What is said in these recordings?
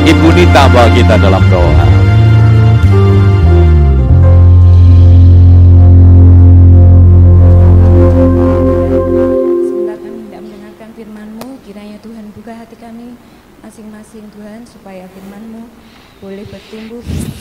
Ibu Nita bawa kita dalam doa. Sebentar kami hendak mendengarkan firman-Mu, kiranya Tuhan buka hati kami masing-masing Tuhan, supaya firman-Mu boleh bertumbuh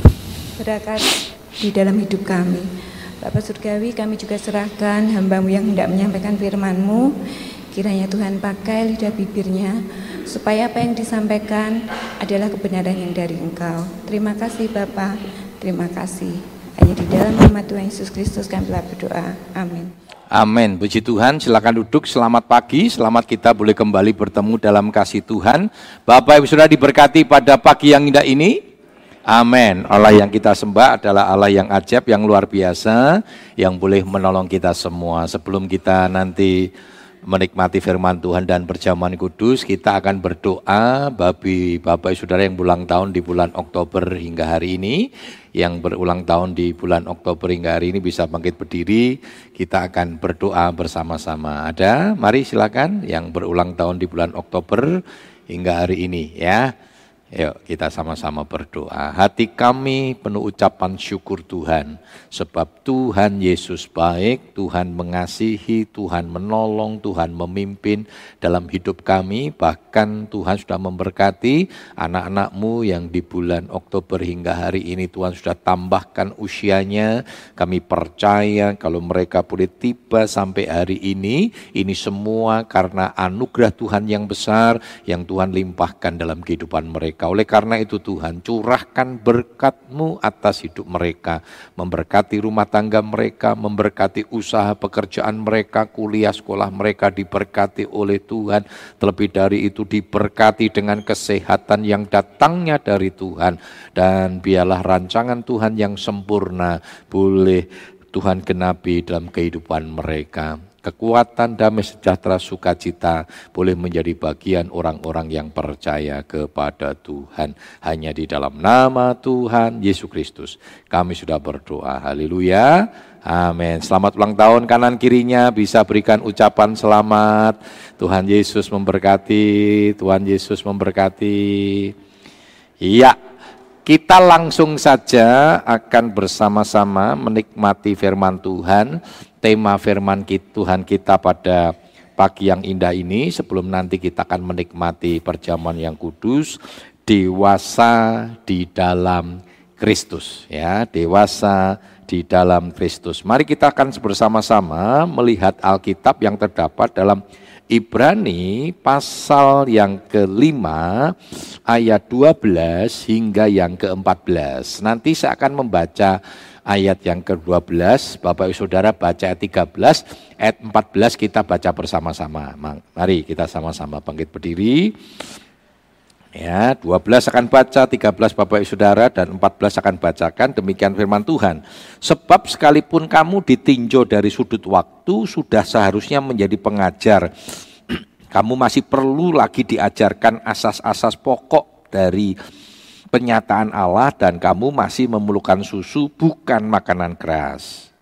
berakar di dalam hidup kami. Bapa Surgawi, kami juga serahkan hamba-Mu yang hendak menyampaikan firman-Mu. Kiranya Tuhan pakai lidah bibirnya, supaya apa yang disampaikan adalah kebenaran yang dari Engkau. Terima kasih Bapa, terima kasih. Hanya di dalam nama Tuhan Yesus Kristus kami telah berdoa. Amin. Amin. Puji Tuhan, silakan duduk. Selamat pagi, selamat kita boleh kembali bertemu dalam kasih Tuhan. Bapak Ibu Saudara diberkati pada pagi yang indah ini. Amin. Allah yang kita sembah adalah Allah yang ajaib, yang luar biasa, yang boleh menolong kita semua. Sebelum kita nanti menikmati firman Tuhan dan perjamuan kudus, kita akan berdoa bagi Bapak Ibu Saudara yang berulang tahun di bulan Oktober hingga hari ini. Yang berulang tahun di bulan Oktober hingga hari ini bisa bangkit berdiri, kita akan berdoa bersama-sama. Ada? Mari silakan yang berulang tahun di bulan Oktober hingga hari ini ya. Yuk kita sama-sama berdoa. Hati kami penuh ucapan syukur Tuhan, sebab Tuhan Yesus baik, Tuhan mengasihi, Tuhan menolong, Tuhan memimpin dalam hidup kami. Bahkan Tuhan sudah memberkati anak-anak-Mu yang di bulan Oktober hingga hari ini Tuhan sudah tambahkan usianya. Kami percaya kalau mereka boleh tiba sampai hari ini semua karena anugerah Tuhan yang besar yang Tuhan limpahkan dalam kehidupan mereka. Oleh karena itu Tuhan, curahkan berkat-Mu atas hidup mereka, memberkati rumah tangga mereka, memberkati usaha pekerjaan mereka, kuliah sekolah mereka diberkati oleh Tuhan. Terlebih dari itu diberkati dengan kesehatan yang datangnya dari Tuhan. Dan biarlah rancangan Tuhan yang sempurna boleh Tuhan genapi dalam kehidupan mereka. Kekuatan, damai sejahtera, sukacita boleh menjadi bagian orang-orang yang percaya kepada Tuhan. Hanya di dalam nama Tuhan Yesus Kristus kami sudah berdoa. Haleluya. Amin. Selamat ulang tahun. Kanan kirinya bisa berikan ucapan selamat. Tuhan Yesus memberkati. Tuhan Yesus memberkati. Iya. Kita langsung saja akan bersama-sama menikmati firman Tuhan. Tema firman Tuhan kita pada pagi yang indah ini, sebelum nanti kita akan menikmati perjamuan yang kudus, dewasa di dalam Kristus. Ya, dewasa di dalam Kristus. Mari kita akan bersama-sama melihat Alkitab yang terdapat dalam Ibrani pasal yang ke-5 ayat 12 hingga yang ke-14. Nanti saya akan membaca ayat yang ke-12, Bapak Ibu Saudara baca ayat 13, ayat 14 kita baca bersama-sama. Mari kita sama-sama bangkit berdiri. Ya, 12 akan baca, 13 Bapak Ibu Saudara dan 14 akan bacakan. Demikian firman Tuhan. Sebab sekalipun kamu ditinjau dari sudut waktu, sudah seharusnya menjadi pengajar. Kamu masih perlu lagi diajarkan asas-asas pokok dari penyataan Allah dan kamu masih memerlukan susu, bukan makanan keras.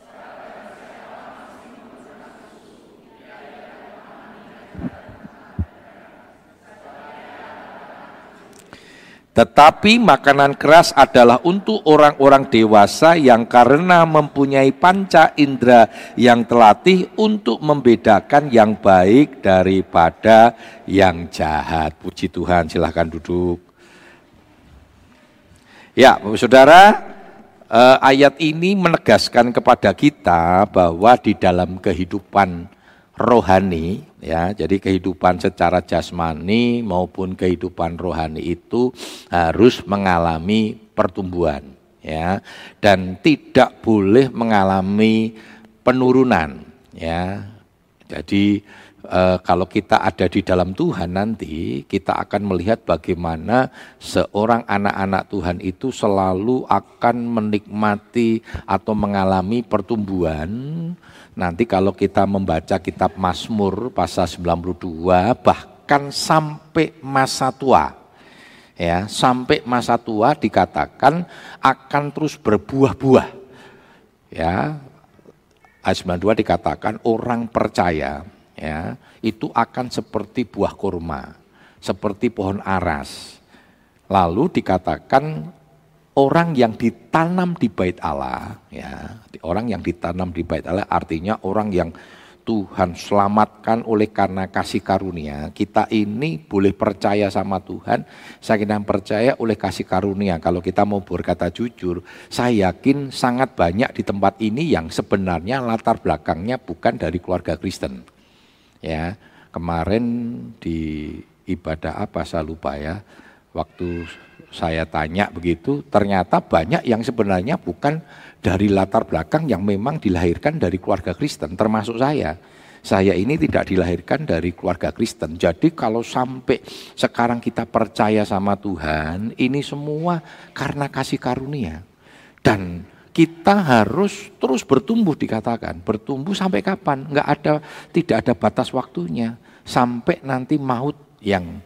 Tetapi makanan keras adalah untuk orang-orang dewasa yang karena mempunyai panca indera yang terlatih untuk membedakan yang baik daripada yang jahat. Puji Tuhan, silahkan duduk. Ya, Bapak Saudara, ayat ini menegaskan kepada kita bahwa di dalam kehidupan rohani, ya, jadi kehidupan secara jasmani maupun kehidupan rohani itu harus mengalami pertumbuhan, ya, dan tidak boleh mengalami penurunan, ya. Jadi kalau kita ada di dalam Tuhan nanti kita akan melihat bagaimana seorang anak-anak Tuhan itu selalu akan menikmati atau mengalami pertumbuhan. Nanti kalau kita membaca kitab Mazmur pasal 92 bahkan sampai masa tua. Ya, sampai masa tua dikatakan akan terus berbuah-buah. Ya. Ayat 92 dikatakan orang percaya, ya, itu akan seperti buah kurma, seperti pohon aras. Lalu dikatakan orang yang ditanam di bait Allah, ya, orang yang ditanam di bait Allah artinya orang yang Tuhan selamatkan oleh karena kasih karunia. Kita ini boleh percaya sama Tuhan, saya kira percaya oleh kasih karunia. Kalau kita mau berkata jujur, saya yakin sangat banyak di tempat ini yang sebenarnya latar belakangnya bukan dari keluarga Kristen. Ya, kemarin di ibadah apa saya lupa ya, waktu saya tanya begitu, ternyata banyak yang sebenarnya bukan dari latar belakang yang memang dilahirkan dari keluarga Kristen, termasuk saya. Saya ini tidak dilahirkan dari keluarga Kristen. Jadi kalau sampai sekarang kita percaya sama Tuhan, ini semua karena kasih karunia. Dan kita harus terus bertumbuh, dikatakan. Bertumbuh sampai kapan? Tidak ada batas waktunya. Sampai nanti maut yang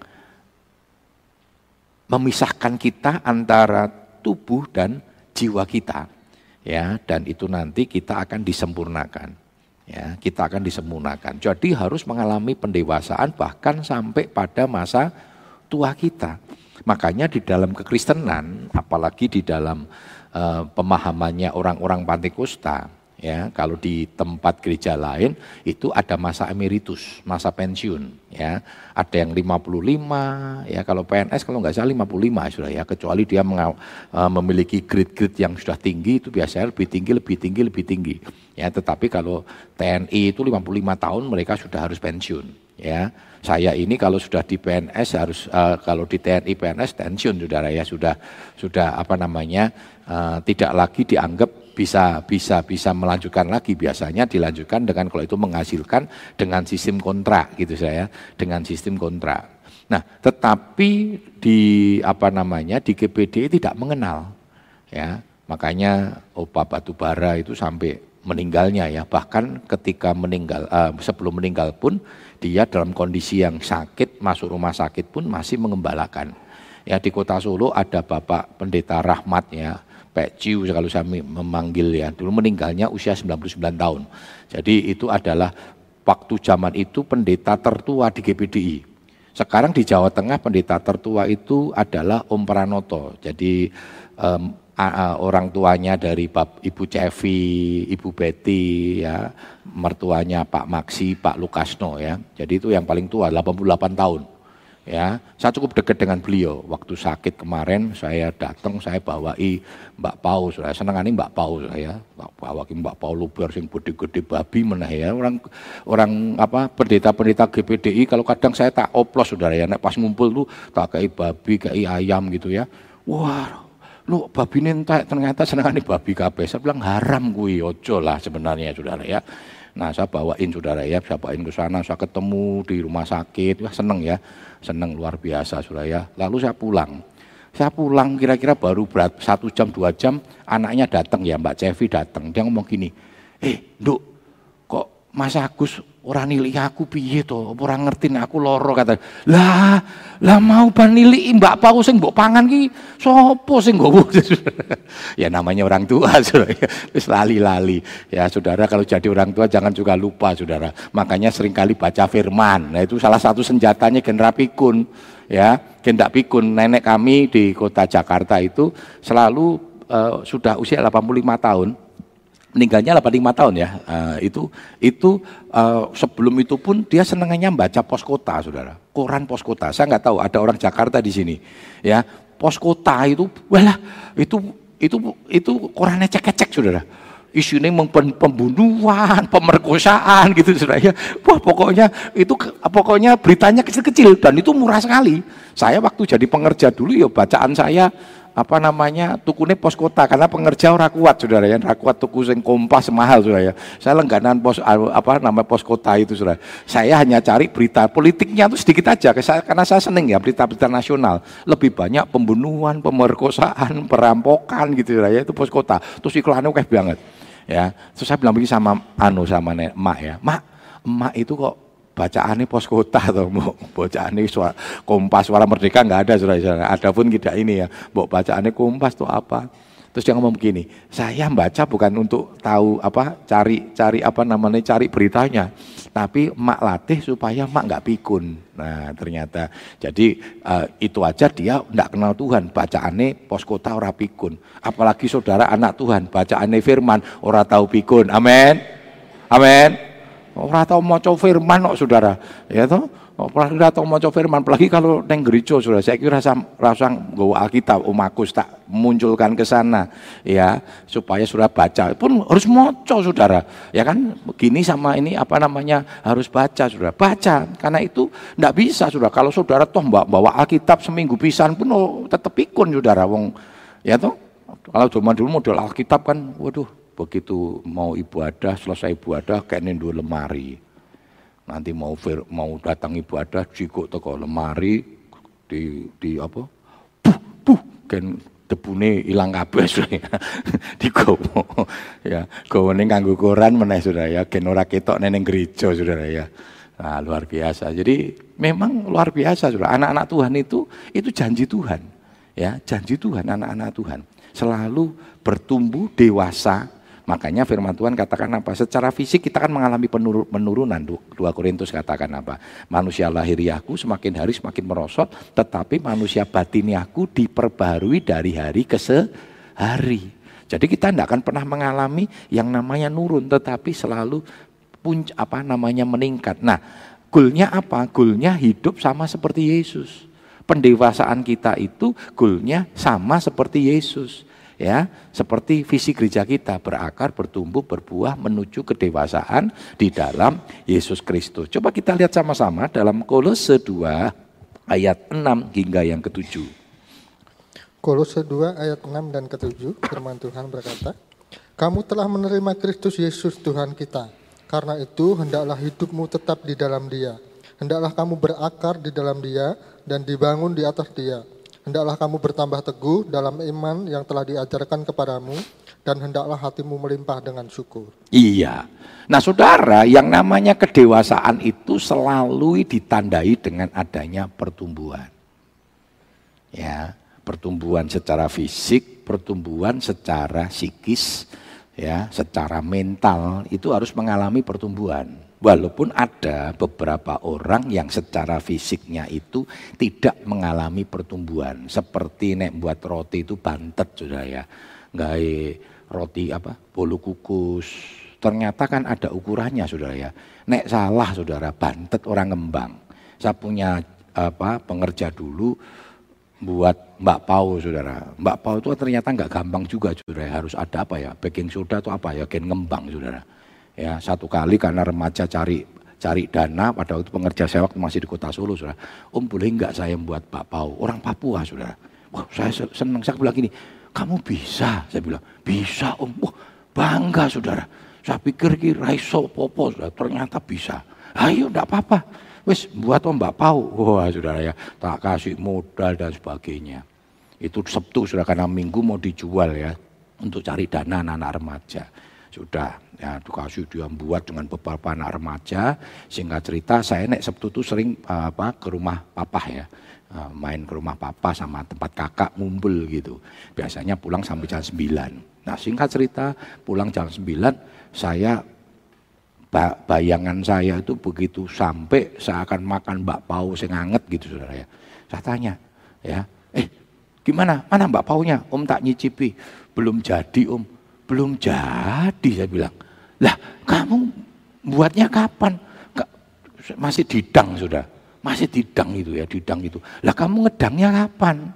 memisahkan kita antara tubuh dan jiwa kita, ya, dan itu nanti kita akan disempurnakan, ya, kita akan disempurnakan. Jadi harus mengalami pendewasaan bahkan sampai pada masa tua kita. Makanya di dalam kekristenan, apalagi di dalam pemahamannya orang-orang Pentakosta, ya, kalau di tempat gereja lain itu ada masa emeritus, masa pensiun, ya. Ada yang 55, ya, kalau PNS kalau nggak salah 55 sudah, ya, kecuali dia memiliki grade-grade yang sudah tinggi, itu biasanya lebih tinggi. Ya, tetapi kalau TNI itu 55 tahun mereka sudah harus pensiun, ya. Saya ini kalau sudah di PNS harus kalau di TNI PNS pensiun, saudara, ya, sudah apa namanya, tidak lagi dianggap bisa melanjutkan lagi. Biasanya dilanjutkan dengan kalau itu menghasilkan dengan sistem kontrak gitu saya, dengan sistem kontrak. Nah, tetapi di di GPD tidak mengenal, ya. Makanya Opa Batubara itu sampai meninggalnya, ya. Bahkan ketika meninggal, sebelum meninggal pun dia dalam kondisi yang sakit, masuk rumah sakit pun masih mengembalakan. Ya, di Kota Solo ada Bapak Pendeta Rahmat, ya, Pak Ciu kalau saya memanggil, ya, dulu meninggalnya usia 99 tahun. Jadi itu adalah waktu zaman itu pendeta tertua di GPDI. Sekarang di Jawa Tengah pendeta tertua itu adalah Om Pranoto. Jadi orang tuanya dari Ibu Cevi, Ibu Betty, ya, mertuanya Pak Maksi, Pak Lukasno, ya. Jadi itu yang paling tua, 88 tahun. Ya, saya cukup dekat dengan beliau. Waktu sakit kemarin saya datang, saya bawai Mbak Pau, saya senengani Mbak Pau, saya bawa Mbak Pau luber sing gede-gede babi meneh, ya. Orang pendeta-pendeta GPDI kalau kadang saya tak oplos, saudara, ya, nek pas ngumpul tuh tak kei babi, kei ayam gitu, ya. Wah, lu babi nentek, ternyata senengani babi kabeh. Saya bilang haram kuwi, ojo lah sebenarnya, saudara, ya. Nah, saya bawain, saudara, ya, saya bawain ke sana, saya ketemu di rumah sakit, wah seneng, ya. Seneng luar biasa, saudara, ya. Lalu saya pulang kira-kira baru 1 jam 2 jam anaknya datang, ya, Mbak Cevi datang. Dia ngomong gini, Nduk, kok Mas Agus ora nilai aku piye to, ora ngerti aku loro, kata. Lah mau ban nilai Mbak Pau sing mbok pangan ki sapa sing nggowo? Ya namanya orang tua, saudara, wis lali-lali. Ya, saudara, kalau jadi orang tua jangan juga lupa, saudara. Makanya seringkali baca firman. Nah, itu salah satu senjatanya Gen Rapikun, ya. Gen Rapikun, nenek kami di kota Jakarta itu selalu sudah usia 85 tahun. Meninggalnya 85 tahun, ya. Sebelum itu pun dia senangnya baca Pos Kota, saudara. Koran Pos Kota. Saya nggak tahu ada orang Jakarta di sini, ya. Pos Kota itu, walah, itu korannya cek-cek, saudara. Isunya pembunuhan, pemerkosaan gitu, saudara, ya. Wah, pokoknya beritanya kecil-kecil dan itu murah sekali. Saya waktu jadi pengerja dulu, ya, bacaan saya tukune Pos Kota, karena pengerja ora kuat, saudara, ya, ora kuat tuku sing Kompas mahal, saudara, ya. Saya langganan Pos Kota itu, saudara. Saya hanya cari berita politiknya itu sedikit aja, karena saya seneng, ya, berita-berita nasional. Lebih banyak pembunuhan, pemerkosaan, perampokan gitu, saudara, ya, itu Pos Kota. Terus iklannya oke banget, ya. Terus saya bilang begini sama emak, ya, emak itu kok bacaannya Pos Kota atau bacaannya Kompas, Suara Merdeka nggak ada, saudara. Ada pun tidak ini, ya, bacaannya Kompas tuh apa? Terus dia ngomong begini, saya baca bukan untuk tahu cari beritanya, tapi mak latih supaya mak nggak pikun. Nah ternyata, jadi itu aja dia nggak kenal Tuhan, bacaannya pos kota ora pikun. Apalagi saudara anak Tuhan, bacaannya firman ora tahu pikun. Amin, amin. Ora tahu maca firman kok saudara, ya toh. Ora tahu maca firman, apalagi kalau neng gereja saudara. Saya kira rasa nggawa Alkitab Agus tak munculkan ke sana ya, supaya saudara baca. Pun harus maca saudara. Ya kan begini sama ini harus baca saudara. Baca, karena itu enggak bisa saudara. Kalau saudara toh bawa Alkitab seminggu pisan pun tetap pikun saudara wong. Ya toh. Kalau zaman dulu model Alkitab kan waduh, begitu mau ibadah, selesai ibadah kayak nendo lemari. Nanti mau datang ibadah jiko teko lemari di apa? Kan debune ilang kabeh digowo. Ya, gowone kanggo koran meneh Saudara ya, gen ora ketok ning gereja Saudara ya. Nah, luar biasa. Jadi memang luar biasa Saudara. Anak-anak Tuhan itu janji Tuhan. Ya, janji Tuhan anak-anak Tuhan. Selalu bertumbuh dewasa. Makanya firman Tuhan katakan apa? Secara fisik kita kan mengalami penurunan. 2 Korintus katakan apa? Manusia lahiriahku semakin hari semakin merosot, tetapi manusia batiniahku diperbarui dari hari ke hari. Jadi kita tidak akan pernah mengalami yang namanya nurun, tetapi selalu meningkat. Nah, goalnya apa? Goalnya hidup sama seperti Yesus. Pendewasaan kita itu goalnya sama seperti Yesus. Ya, seperti visi gereja kita, berakar, bertumbuh, berbuah menuju kedewasaan di dalam Yesus Kristus. Coba kita lihat sama-sama dalam Kolose 2 ayat 6 hingga yang ke-7. Kolose 2 ayat 6 dan ke-7, firman Tuhan berkata, "Kamu telah menerima Kristus Yesus Tuhan kita. Karena itu hendaklah hidupmu tetap di dalam Dia. Hendaklah kamu berakar di dalam Dia dan dibangun di atas Dia. Hendaklah kamu bertambah teguh dalam iman yang telah diajarkan kepadamu, dan hendaklah hatimu melimpah dengan syukur." Iya. Nah saudara, yang namanya kedewasaan itu selalu ditandai dengan adanya pertumbuhan. Ya, pertumbuhan secara fisik, pertumbuhan secara psikis, ya, secara mental itu harus mengalami pertumbuhan. Walaupun ada beberapa orang yang secara fisiknya itu tidak mengalami pertumbuhan. Seperti nek buat roti itu bantet saudara ya. Gawe roti bolu kukus. Ternyata kan ada ukurannya saudara ya. Nek salah saudara, bantet orang ngembang. Saya punya pengerja dulu buat Mbak Pau saudara. Mbak Pau itu ternyata nggak gampang juga saudara. Harus ada baking soda atau gen ngembang saudara. Ya, satu kali karena remaja cari dana, pada waktu pengerja saya waktu masih di kota Solo, saudara. Om boleh enggak saya buat bakpao? Orang Papua, saudara. Wah, saya senang, saya bilang gini, kamu bisa? Saya bilang, bisa om. Wah, bangga saudara. Saya pikir kira iso popo, saudara. Ternyata bisa. Ayo, enggak apa-apa. Wes buat om bakpao. Wah, saudara ya, tak kasih modal dan sebagainya. Itu Sabtu, saudara, karena Minggu mau dijual ya, untuk cari dana anak-anak remaja. Sudah, ya dikasih dia buat dengan beberapa anak remaja. Singkat cerita, saya Sabtu itu sering ke rumah papa ya, main ke rumah papa sama tempat kakak ngumpul gitu. Biasanya pulang sampai jam 9. Nah singkat cerita, pulang jam 9, bayangan saya itu begitu sampai saya akan makan bakpao sing anget gitu saudara ya. Saya tanya, ya, gimana? Mana bakpaonya? Om tak nyicipi. Belum jadi om. Belum jadi saya bilang. Lah kamu buatnya kapan? Masih didang sudah. Masih didang itu ya, didang itu. Lah kamu ngedangnya kapan?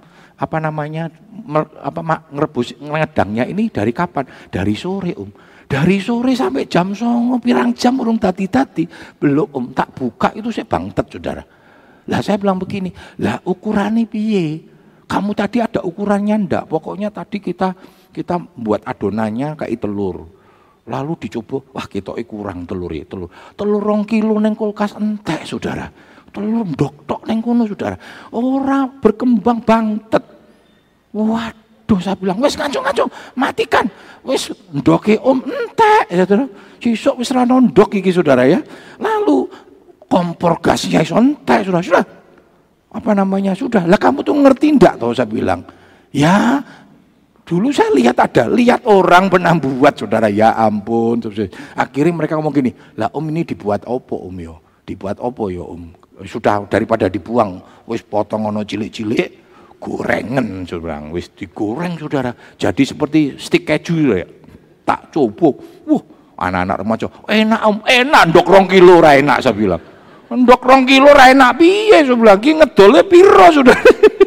Ngerebus ngedangnya ini dari kapan? Dari sore om. Dari sore sampai jam 09.00 pirang jam urung tadi. Belum om, tak buka itu saya bangtet saudara. Lah saya bilang begini, lah ukurannya piye? Kamu tadi ada ukurannya ndak? Pokoknya tadi kita buat adonannya kayak telur. Lalu dicoba, wah kita kurang telur ya, telur 2 kilo neng kulkas entek saudara. Telur ndok-tok neng kono saudara. Ora berkembang bangtet. Waduh saya bilang, wes ngancung, matikan. Wes ndoke om entek ya saudara. Sisuk wis ra ndok iki saudara ya. Lalu kompor gasnya iso entek sudah. Sudah. Lah kamu tuh ngerti ndak toh saya bilang. Ya Dulu saya lihat orang pernah buat, saudara, ya ampun. Terus akhirnya mereka ngomong gini, lah om ini dibuat opo om yo? Dibuat opo yo om? Sudah daripada dibuang, wis potong ono cilik-cilik, gorengan, saudara, wis digoreng, saudara. Jadi seperti stik keju ya. Tak coba, anak-anak remaja, enak om, enak, ndok 2 kilo ra enak, saya bilang. Ndok 2 kilo ra enak piye, saya bilang, ki ngedole piro, saudara.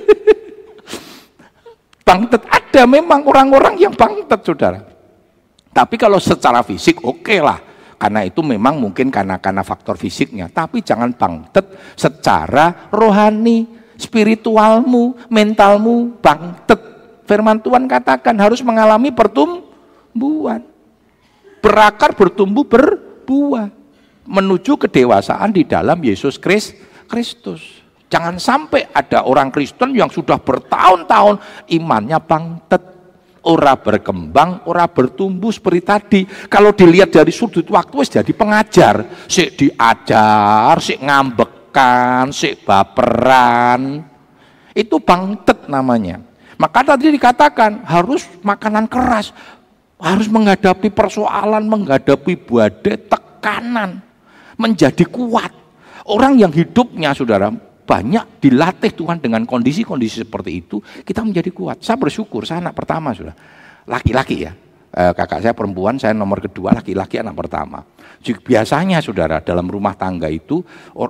Bangtet, ada memang orang-orang yang bangtet, saudara. Tapi kalau secara fisik oke lah, karena itu memang mungkin karena faktor fisiknya. Tapi jangan bangtet secara rohani, spiritualmu, mentalmu bangtet. Firman Tuhan katakan harus mengalami pertumbuhan, berakar, bertumbuh, berbuah, menuju kedewasaan di dalam Yesus Kristus. Jangan sampai ada orang Kristen yang sudah bertahun-tahun imannya bangtet, ora berkembang, ora bertumbuh seperti tadi. Kalau dilihat dari sudut waktu wis jadi pengajar, sik diajar, sik ngambekan, sik baperan. Itu bangtet namanya. Maka tadi dikatakan harus makanan keras, harus menghadapi persoalan, menghadapi badai, tekanan, menjadi kuat. Orang yang hidupnya, saudara, banyak dilatih Tuhan dengan kondisi-kondisi seperti itu, kita menjadi kuat. Saya bersyukur, saya anak pertama, sudah laki-laki ya, kakak saya perempuan, saya nomor kedua, laki-laki anak pertama. Biasanya, saudara, dalam rumah tangga itu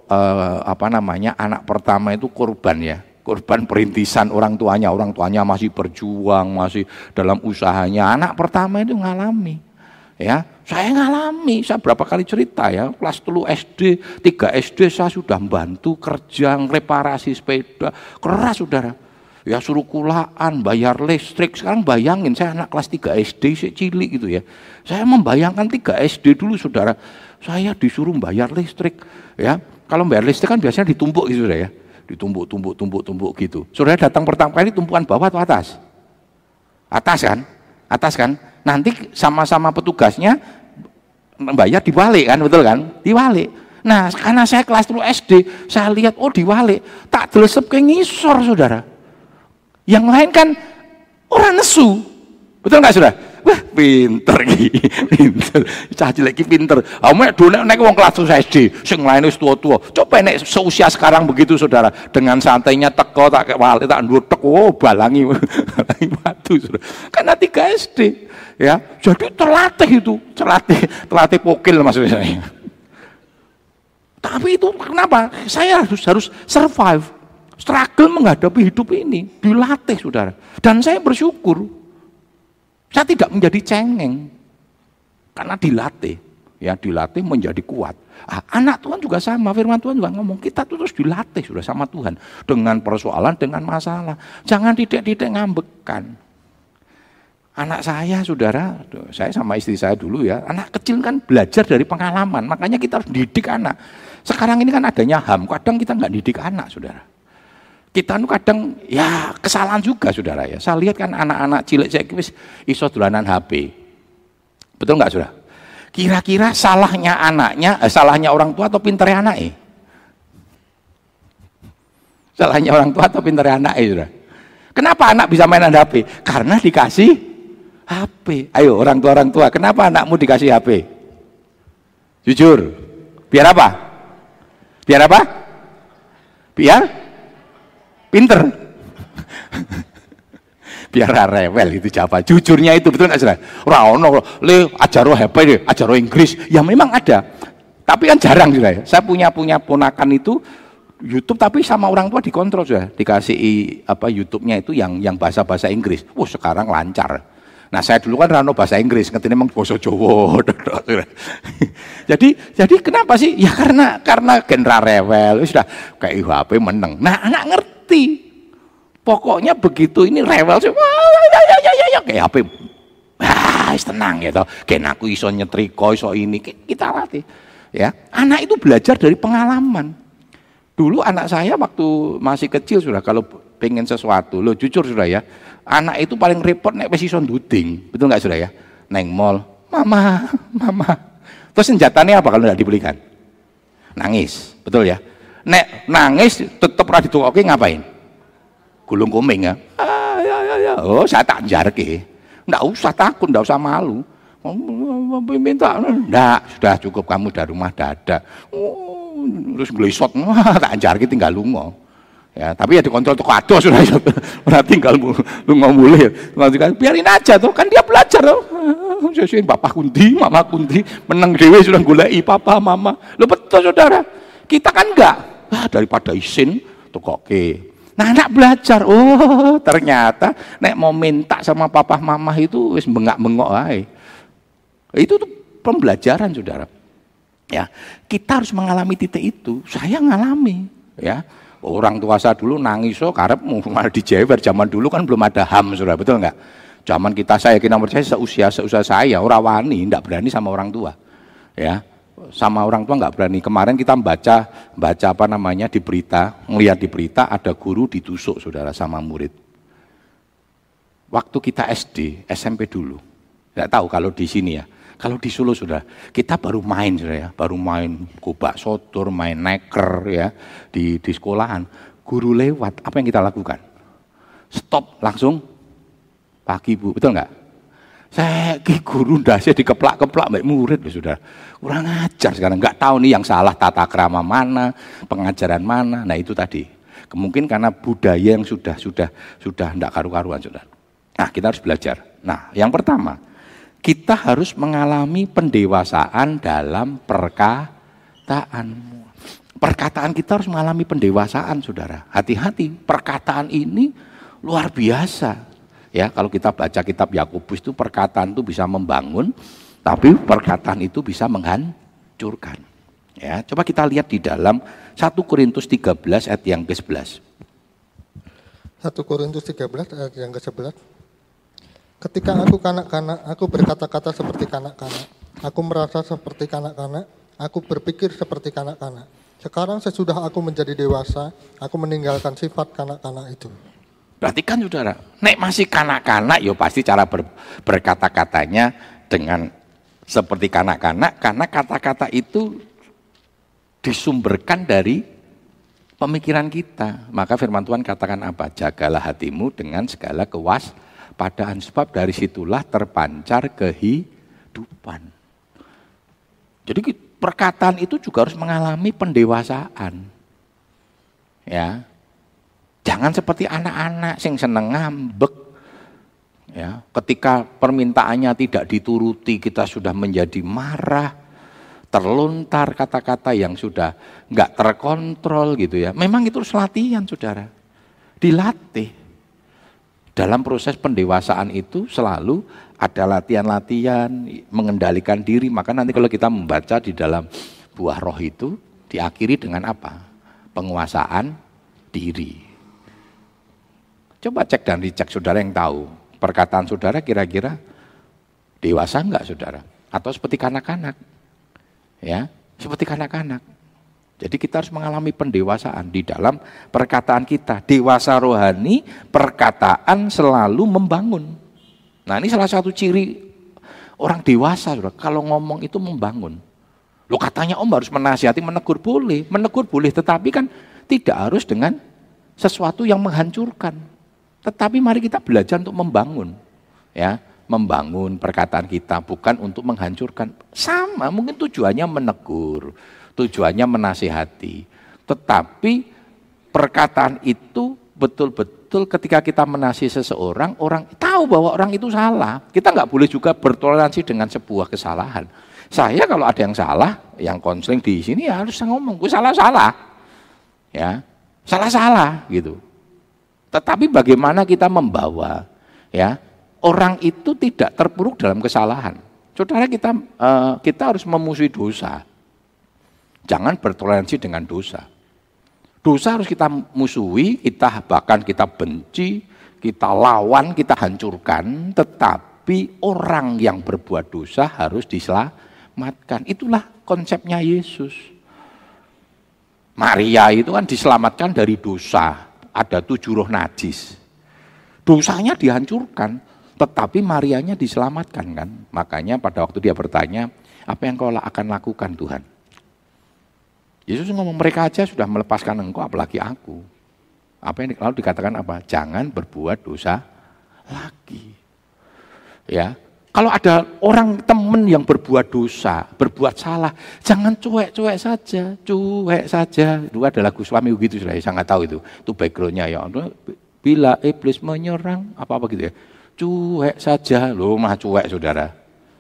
anak pertama itu korban ya, korban perintisan orang tuanya masih berjuang, masih dalam usahanya. Anak pertama itu ngalami, ya. Saya ngalami, saya berapa kali cerita ya, kelas 3 SD, 3 SD saya sudah membantu kerja, reparasi sepeda, keras, saudara. Ya suruh kulaan, bayar listrik. Sekarang bayangin, saya anak kelas 3 SD, cilik gitu ya. Saya membayangkan 3 SD dulu, saudara. Saya disuruh bayar listrik. Ya, kalau bayar listrik kan biasanya ditumpuk gitu ya. Ditumpuk gitu. Saudara datang pertama kali tumpukan bawah atau atas? Atas kan? Nanti sama-sama petugasnya bayar dibalik kan, betul kan? Dibalik. Nah, karena saya kelas 3 SD, saya lihat dibalik, tak delesep ke ngisor, saudara. Yang lain kan orang nesu, betul nggak, saudara? Wah, pinter gitu, pinter. Cah cilik iki pinter. Nek nek wong kelas 3 SD, sing lain wis tua-tua. Coba nek seusia sekarang begitu, saudara, dengan santainya teko tak wali tak ndur teko balangi batu, saudara. Karena 3 SD. Ya, jadi terlatih pokil maksudnya saya. Tapi itu kenapa? Saya harus survive, struggle menghadapi hidup ini, dilatih, saudara. Dan saya bersyukur, saya tidak menjadi cengeng, karena dilatih, ya dilatih menjadi kuat. Anak Tuhan juga sama, firman Tuhan juga ngomong, kita terus dilatih sudah sama Tuhan, dengan persoalan, dengan masalah. Jangan tidak ngambekan. Anak saya, saudara, saya sama istri saya dulu ya, anak kecil kan belajar dari pengalaman, makanya kita harus didik anak. Sekarang ini kan adanya HAM, kadang kita nggak didik anak, saudara. Kita kadang ya kesalahan juga, saudara ya. Saya lihat kan anak-anak cilik saya iso dolanan HP, betul nggak, saudara? Kira-kira salahnya anaknya, salahnya orang tua atau pinternya anaknya? Salahnya orang tua atau pinternya anaknya, saudara? Kenapa anak bisa mainan HP? Karena dikasih HP. Ayo orang tua, kenapa anakmu dikasih HP? Jujur. Biar apa? Biar pinter. Biar rewel itu jawaban. Jujurnya itu, betul nggak, saudara? Ora ono le ajaro HP deh, ajaro Inggris. Ya memang ada. Tapi kan jarang, saudara. Saya punya ponakan itu YouTube, tapi sama orang tua dikontrol, sudah dikasih YouTube-nya itu yang bahasa Inggris. Sekarang lancar. Nah, saya dulu kan rano bahasa Inggris, ngerti memang basa Jawa. Jadi kenapa sih? Ya karena genre rewel, sudah kayak HP meneng. Nah, anak ngerti. Pokoknya begitu ini rewel sih, ya kayak HP. Tenang gitu. Kayak aku iso nyetrika, iso ini, kita latih. Ya, anak itu belajar dari pengalaman. Dulu anak saya waktu masih kecil, sudah kalau pengen sesuatu, lo jujur, sudah ya, anak itu paling repot nek wis iso nduding, betul nggak, sudah ya? Neng mall, mama. Terus senjatanya apa kalau tidak dibelikan? Nangis, betul ya? Nek nangis tetap ora ditukoke ngapain? Gulung komeng ya. ya. Oh, saya tak jarke. Enggak usah takut, enggak usah malu. Minta, enggak, sudah cukup kamu dari rumah dadak. Oh, terus glesot, tak jarke tinggal lunga. Ya, tapi ya dikontrol toko ado sudah ora tinggal lunga mulih. Biarin aja tuh, kan dia belajar tuh. Sesuai bapak kundi, mama kundi, menang dewe sudah goleki papa mama. Lo betul saudara. Kita kan enggak. Daripada isin tokoke. Nah, anak belajar. Oh, ternyata nek mau minta sama papa mama itu wis bengak-bengok ae. Itu tuh pembelajaran saudara. Ya, kita harus mengalami titik itu. Saya ngalami, ya. Orang tua saya dulu nangis karepmu malah dijewer. Zaman dulu kan belum ada HAM, saudara, betul enggak? Zaman kita, saya yakin nomor saya seusia saya, orang wani, enggak berani sama orang tua. Ya, sama orang tua enggak berani. Kemarin kita baca apa namanya di berita, ngelihat di berita ada guru ditusuk saudara sama murid. Waktu kita SD, SMP dulu. Enggak tahu kalau di sini ya. Kalau di Solo sudah, kita baru main sudah ya, baru main gobak sodor, main neker ya di sekolahan. Guru lewat, apa yang kita lakukan? Stop, langsung pagi Bu, betul nggak? Saya guru ndasnya dikeplak-keplak mbak murid sudah. Kurang ajar sekarang, nggak tahu nih yang salah tata krama mana, pengajaran mana. Nah itu tadi, mungkin karena budaya yang sudah ndak karu-karuan sudah. Nah kita harus belajar. Nah yang pertama, kita harus mengalami pendewasaan dalam perkataan. Perkataan kita harus mengalami pendewasaan, saudara. Hati-hati, perkataan ini luar biasa. Ya, kalau kita baca kitab Yakobus itu perkataan itu bisa membangun, tapi perkataan itu bisa menghancurkan. Ya, coba kita lihat di dalam 1 Korintus 13 ayat yang ke-11. 1 Korintus 13 ayat yang ke-11. Ketika aku kanak-kanak, aku berkata-kata seperti kanak-kanak. Aku merasa seperti kanak-kanak, aku berpikir seperti kanak-kanak. Sekarang sesudah aku menjadi dewasa, aku meninggalkan sifat kanak-kanak itu. Berarti kan saudara, nek masih kanak-kanak, ya pasti cara berkata-katanya dengan seperti kanak-kanak, karena kata-kata itu disumberkan dari pemikiran kita. Maka firman Tuhan katakan apa? Jagalah hatimu dengan segala kewaspadaan, sebab dari situlah terpancar kehidupan. Jadi perkataan itu juga harus mengalami pendewasaan. Ya. Jangan seperti anak-anak sing seneng ngambek. Ya, ketika permintaannya tidak dituruti kita sudah menjadi marah, terlontar kata-kata yang sudah enggak terkontrol gitu ya. Memang itu harus latihan, Saudara. Dilatih. Dalam proses pendewasaan itu selalu ada latihan-latihan mengendalikan diri. Maka nanti kalau kita membaca di dalam buah roh itu diakhiri dengan apa? Penguasaan diri. Coba cek dan dicek saudara yang tahu. Perkataan saudara kira-kira dewasa enggak saudara? Atau seperti kanak-kanak? Ya, seperti kanak-kanak. Jadi kita harus mengalami pendewasaan di dalam perkataan kita. Dewasa rohani, perkataan selalu membangun. Nah ini salah satu ciri orang dewasa, saudara. Kalau ngomong itu membangun. Loh katanya om harus menasihati, menegur boleh, tetapi kan tidak harus dengan sesuatu yang menghancurkan. Tetapi mari kita belajar untuk membangun. Ya, membangun perkataan kita, bukan untuk menghancurkan. Sama, mungkin tujuannya menegur, tujuannya menasihati. Tetapi perkataan itu betul-betul ketika kita menasihati seseorang, orang tahu bahwa orang itu salah. Kita nggak boleh juga bertoleransi dengan sebuah kesalahan. Saya kalau ada yang salah, yang konseling di sini ya harus ngomong, gue salah-salah. Ya, salah-salah gitu. Tetapi bagaimana kita membawa ya orang itu tidak terpuruk dalam kesalahan. Saudara, kita harus memusuhi dosa. Jangan bertoleransi dengan dosa. Dosa harus kita musuhi, bahkan kita benci, kita lawan, kita hancurkan. Tetapi orang yang berbuat dosa harus diselamatkan. Itulah konsepnya Yesus. Maria itu kan diselamatkan dari dosa. Ada 7 roh najis. Dosanya dihancurkan, tetapi Marianya diselamatkan kan. Makanya pada waktu dia bertanya, apa yang kau akan lakukan Tuhan? Yesus ngomong, mereka aja sudah melepaskan engkau, apalagi aku. Apa yang lalu dikatakan apa? Jangan berbuat dosa lagi. Ya, kalau ada orang teman yang berbuat dosa, berbuat salah, jangan cuek-cuek saja, cuek saja. Itu ada lagu suami begitu, saya nggak tahu itu backgroundnya ya. Bila iblis menyerang, apa gitu ya, cuek saja, loh mah cuek saudara.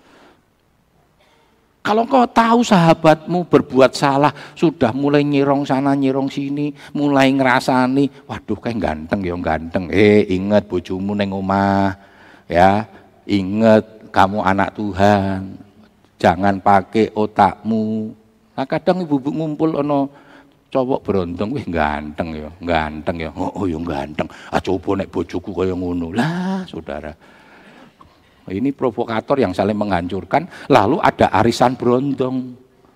Kalau kau tahu sahabatmu berbuat salah, sudah mulai nyirong sana nyirong sini, mulai ngerasani, waduh kayak ganteng ya ganteng. Ingat bojomu neng omah, ya, ingat kamu anak Tuhan, jangan pakai otakmu. Nah kadang ibu ngumpul ono cowok berondong, wih ganteng ya, oh ya ganteng. Coba nek bojoku kaya ngono lah, saudara. Ini provokator yang saling menghancurkan, lalu ada arisan brondong.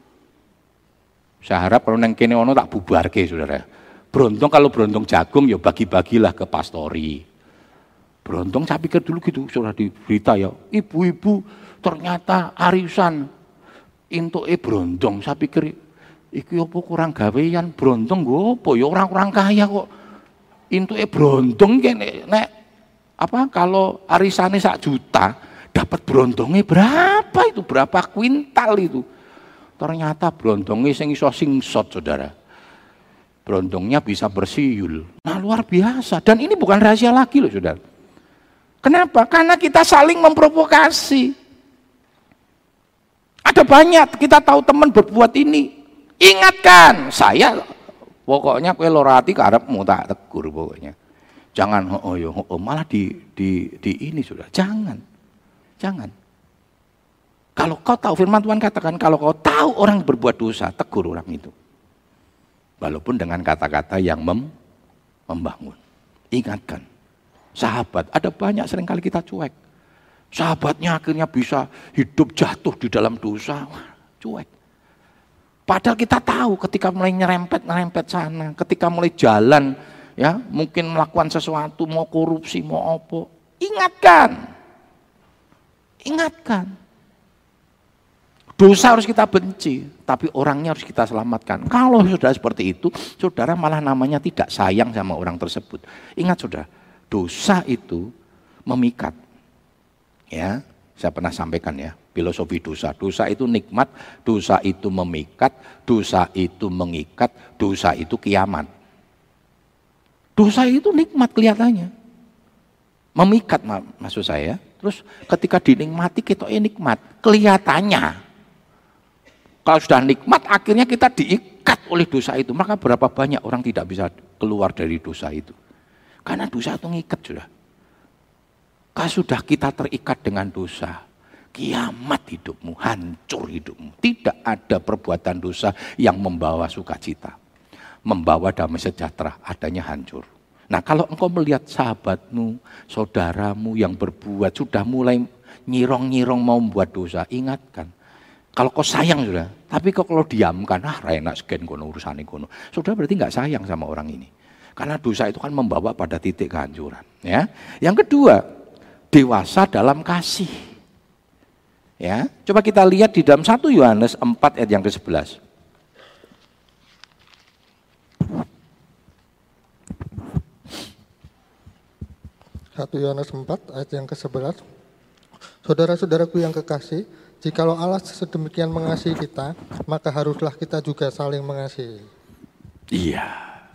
Saya harap kalau neng kene ono tak bubarke saudara. Brondong kalau brondong jagung ya bagi-bagilah ke pastori. Brondong saya pikir dulu gitu, sudah di berita ya, ibu-ibu ternyata arisan untuk brondong. Saya pikir iki apa kurang gawean brondong gue apa ya orang-orang kaya kok. Untuk brondong nek apa kalau arisannya 1 juta dapat brondongnya berapa itu, berapa kuintal itu. Ternyata brondongnya sing iso singsot saudara, brondongnya bisa bersiul. Nah luar biasa, dan ini bukan rahasia lagi loh saudara. Kenapa? Karena kita saling memprovokasi. Ada banyak kita tahu teman berbuat ini, ingatkan saya, pokoknya kowe lorati karepmu tak tegur pokoknya. Jangan malah di ini sudah. Jangan. Kalau kau tahu, firman Tuhan katakan kalau kau tahu orang berbuat dosa, tegur orang itu. Walaupun dengan kata-kata yang membangun. Ingatkan. Sahabat, ada banyak seringkali kita cuek. Sahabatnya akhirnya bisa hidup jatuh di dalam dosa. Wah, cuek. Padahal kita tahu ketika mulai nyerempet sana, ketika mulai jalan, ya mungkin melakukan sesuatu, mau korupsi, mau apa, ingatkan. Dosa harus kita benci, tapi orangnya harus kita selamatkan. Kalau sudah seperti itu, saudara malah namanya tidak sayang sama orang tersebut. Ingat saudara, dosa itu memikat. Ya, saya pernah sampaikan ya, filosofi dosa. Dosa itu nikmat, dosa itu memikat, dosa itu mengikat, dosa itu kiamat. Dosa itu nikmat kelihatannya. Memikat maksud saya. Terus ketika dinikmati kita nikmat kelihatannya. Kalau sudah nikmat akhirnya kita diikat oleh dosa itu. Maka berapa banyak orang tidak bisa keluar dari dosa itu. Karena dosa itu ngikat sudah. Kalau sudah kita terikat dengan dosa, kiamat hidupmu, hancur hidupmu. Tidak ada perbuatan dosa yang membawa sukacita, membawa damai sejahtera, adanya hancur. Nah kalau engkau melihat sahabatmu, saudaramu yang berbuat, sudah mulai nyirong-nyirong mau membuat dosa, ingatkan. Kalau kau sayang sudah, tapi kau kalau diamkan, enak sekian kono urusan kono. Saudara berarti nggak sayang sama orang ini. Karena dosa itu kan membawa pada titik kehancuran. Ya. Yang kedua, dewasa dalam kasih. Ya, coba kita lihat di dalam 1 Yohanes 4 ayat yang ke-11. Yohanes 4 ayat yang ke-11. Saudara-saudaraku yang kekasih, jikalau Allah sedemikian mengasihi kita, maka haruslah kita juga saling mengasihi. Iya.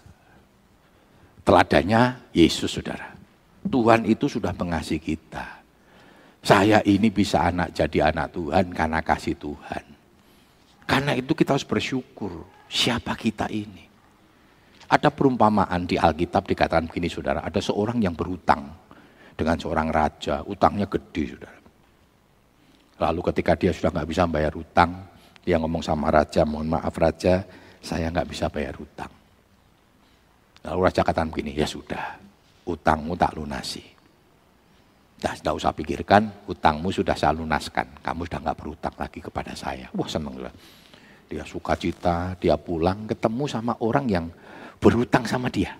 Teladannya Yesus saudara. Tuhan itu sudah mengasihi kita. Saya ini bisa jadi anak Tuhan karena kasih Tuhan. Karena itu kita harus bersyukur. Siapa kita ini? Ada perumpamaan di Alkitab dikatakan begini saudara. Ada seorang yang berhutang dengan seorang raja. Utangnya gede saudara. Lalu ketika dia sudah nggak bisa bayar hutang, dia ngomong sama raja, mohon maaf raja, saya nggak bisa bayar hutang. Lalu raja katakan begini, ya sudah, hutangmu tak lunasi. Tidak usah pikirkan, hutangmu sudah saya lunaskan. Kamu sudah nggak berhutang lagi kepada saya. Wah senang saudara. Dia sukacita, dia pulang ketemu sama orang yang berhutang sama dia.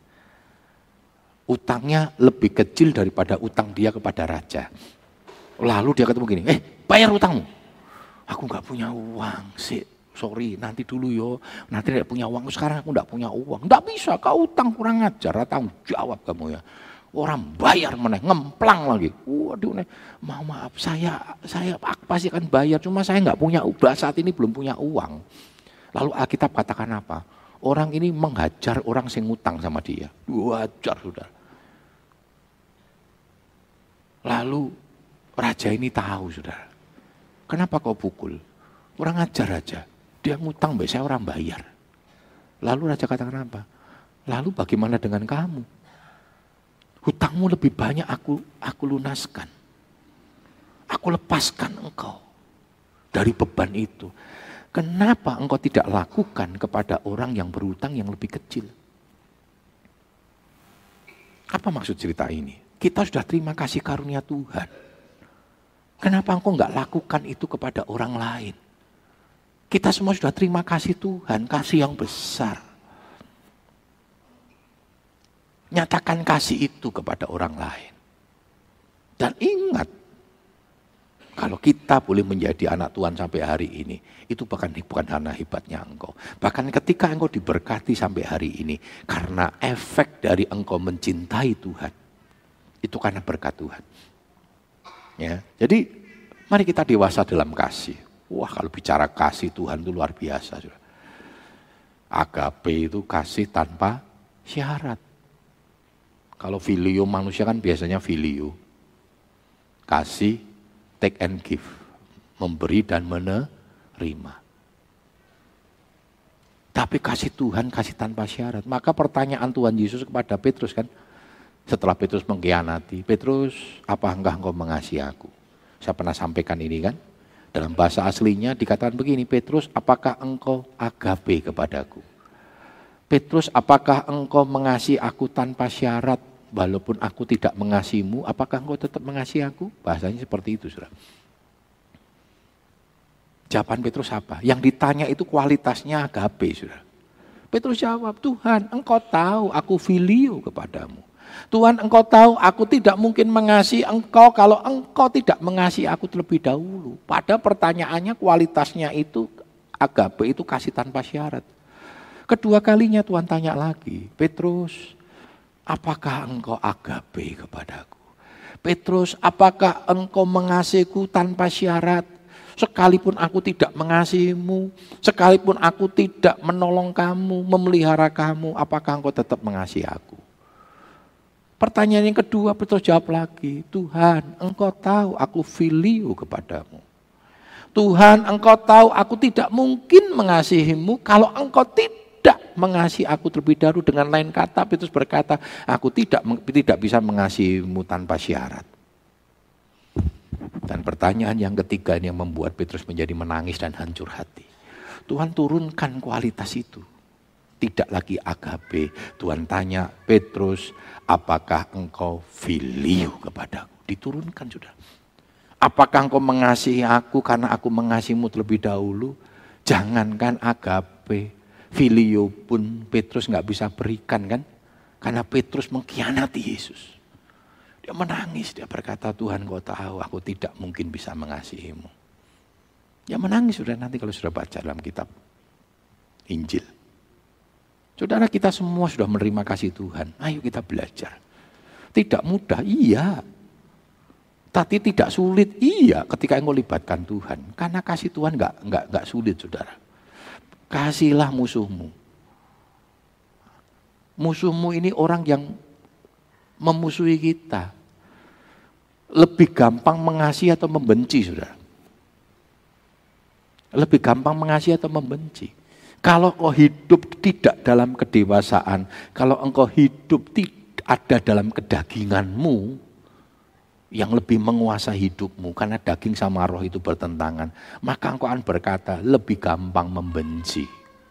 Utangnya lebih kecil daripada utang dia kepada raja. Lalu dia ketemu gini, bayar utangmu. Aku nggak punya uang sih, sorry nanti dulu yo. Nanti tidak punya uang, sekarang aku nggak punya uang. Nggak bisa, kau utang kurang ajar, tanggung jawab kamu ya. Orang bayar meneh, ngemplang lagi. Waduh, maaf, saya pasti akan bayar, cuma saya nggak punya uang, saat ini belum punya uang. Lalu Alkitab katakan apa? Orang ini menghajar orang yang ngutang sama dia. Wajar, saudara. Lalu raja ini tahu, saudara. Kenapa kau pukul? Orang ajar aja. Dia ngutang, saya orang bayar. Lalu raja katakan apa? Lalu bagaimana dengan kamu? Hutangmu lebih banyak aku lunaskan. Aku lepaskan engkau dari beban itu. Kenapa engkau tidak lakukan kepada orang yang berhutang yang lebih kecil? Apa maksud cerita ini? Kita sudah terima kasih karunia Tuhan. Kenapa engkau enggak lakukan itu kepada orang lain? Kita semua sudah terima kasih Tuhan, kasih yang besar. Nyatakan kasih itu kepada orang lain. Dan ingat, kalau kita boleh menjadi anak Tuhan sampai hari ini, itu bukan karena hebatnya engkau. Bahkan ketika engkau diberkati sampai hari ini, karena efek dari engkau mencintai Tuhan, itu karena berkat Tuhan. Ya, jadi mari kita dewasa dalam kasih. Wah, kalau bicara kasih Tuhan itu luar biasa. Agape itu kasih tanpa syarat. Kalau filio manusia kan biasanya filio. Kasih, take and give. Memberi dan menerima. Tapi kasih Tuhan, kasih tanpa syarat. Maka pertanyaan Tuhan Yesus kepada Petrus kan. Setelah Petrus mengkhianati. Petrus, apa engkau mengasihi aku? Saya pernah sampaikan ini kan. Dalam bahasa aslinya dikatakan begini. Petrus, apakah engkau agape kepadaku? Petrus, apakah engkau mengasihi aku tanpa syarat? Walaupun aku tidak mengasihimu, apakah engkau tetap mengasihi aku? Bahasanya seperti itu, saudara. Jawaban Petrus apa? Yang ditanya itu kualitasnya agape, saudara. Petrus jawab, Tuhan, engkau tahu aku filio kepadamu. Tuhan, engkau tahu aku tidak mungkin mengasihi engkau kalau engkau tidak mengasihi aku terlebih dahulu. Pada pertanyaannya kualitasnya itu agape, itu kasih tanpa syarat. Kedua kalinya Tuhan tanya lagi, Petrus, apakah engkau agape kepadaku? Petrus, apakah engkau mengasihiku tanpa syarat? Sekalipun aku tidak mengasihimu, sekalipun aku tidak menolong kamu, memelihara kamu, apakah engkau tetap mengasihi aku? Pertanyaan yang kedua, Petrus jawab lagi, Tuhan, engkau tahu aku filio kepadamu. Tuhan, engkau tahu aku tidak mungkin mengasihimu kalau engkau tidak mengasihi aku terlebih dahulu. Dengan lain kata, Petrus berkata, aku tidak bisa mengasihimu tanpa syarat. Dan pertanyaan yang ketiga yang membuat Petrus menjadi menangis dan hancur hati. Tuhan turunkan kualitas itu. Tidak lagi agape. Tuhan tanya, Petrus, apakah engkau filio kepadaku? Diturunkan sudah. Apakah engkau mengasihi aku karena aku mengasihimu terlebih dahulu? Jangankan agape. Filio pun Petrus nggak bisa berikan kan. Karena Petrus mengkhianati Yesus. Dia menangis, dia berkata, Tuhan kau tahu aku tidak mungkin bisa mengasihimu. Dia menangis sudah nanti kalau sudah baca dalam kitab Injil. Saudara, kita semua sudah menerima kasih Tuhan. Ayo kita belajar. Tidak mudah, iya. Tapi tidak sulit, iya. Ketika engkau libatkan Tuhan. Karena kasih Tuhan nggak sulit, saudara. Kasihilah musuhmu. Musuhmu ini orang yang memusuhi kita. Lebih gampang mengasihi atau membenci, saudara. Lebih gampang mengasihi atau membenci. Kalau engkau hidup tidak dalam kedewasaan, kalau engkau hidup tidak ada dalam kedaginganmu, yang lebih menguasai hidupmu, karena daging sama roh itu bertentangan, maka engkau akan berkata, lebih gampang membenci.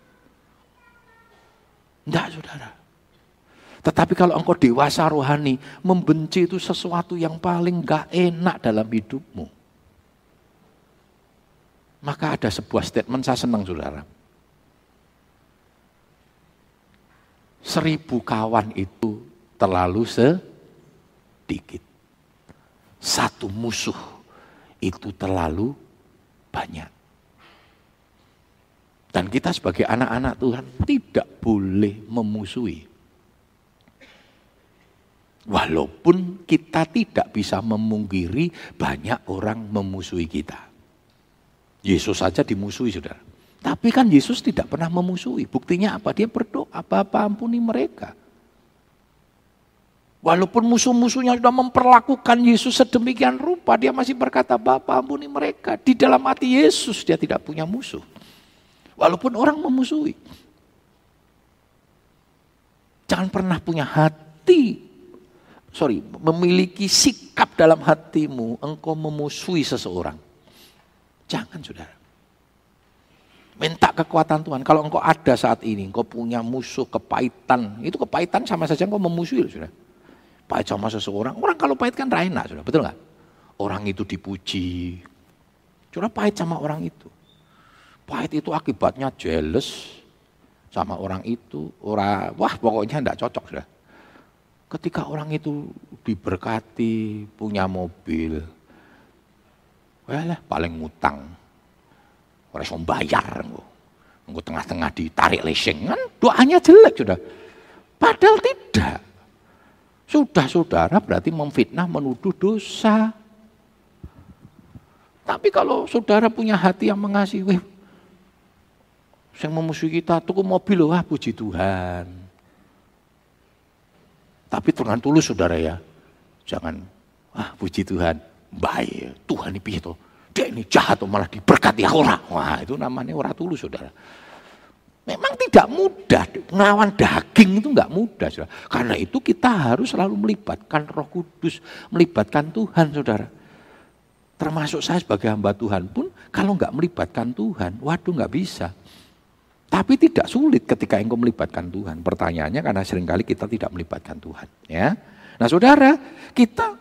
Enggak, saudara. Tetapi kalau engkau dewasa rohani, membenci itu sesuatu yang paling gak enak dalam hidupmu. Maka ada sebuah statement, saya senang saudara. 1000 kawan itu terlalu sedikit. 1 musuh itu terlalu banyak. Dan kita sebagai anak-anak Tuhan tidak boleh memusuhi. Walaupun kita tidak bisa memungkiri banyak orang memusuhi kita. Yesus saja dimusuhi, saudara. Tapi kan Yesus tidak pernah memusuhi. Buktinya apa? Dia berdoa, Bapa ampuni mereka. Walaupun musuh-musuhnya sudah memperlakukan Yesus sedemikian rupa, dia masih berkata, Bapa ampuni mereka. Di dalam hati Yesus dia tidak punya musuh. Walaupun orang memusuhi. Jangan pernah punya memiliki sikap dalam hatimu, engkau memusuhi seseorang. Jangan, saudara. Minta kekuatan Tuhan. Kalau engkau ada saat ini, engkau punya musuh, kepahitan. Itu kepahitan sama saja engkau memusuhi, saudara. Pahit sama seseorang, orang kalau pahit kan enak, saudara. Betul nggak? Orang itu dipuji. Saudara pahit sama orang itu. Pahit itu akibatnya jealous sama orang itu. Wah pokoknya enggak cocok, saudara. Ketika orang itu diberkati, punya mobil, paling ngutang. Orang iso bayar, engko tengah-tengah ditarik leseng, kan doanya jelek, sudah. Padahal tidak. Sudah saudara berarti memfitnah, menuduh dosa. Tapi kalau saudara punya hati yang mengasihi, yang memusuhi kita, tuku mobil, wah puji Tuhan. Tapi dengan tulus saudara ya, jangan, wah puji Tuhan, baik, Tuhan ini piye to, dia ini jahat malah diberkati orang. Wah itu namanya ora tulus saudara. Memang tidak mudah, ngelawan daging itu enggak mudah, saudara. Karena itu kita harus selalu melibatkan Roh Kudus, melibatkan Tuhan, saudara. Termasuk saya sebagai hamba Tuhan pun, kalau enggak melibatkan Tuhan, waduh enggak bisa. Tapi tidak sulit ketika engkau melibatkan Tuhan. Pertanyaannya karena seringkali kita tidak melibatkan Tuhan. Ya. Nah saudara, kita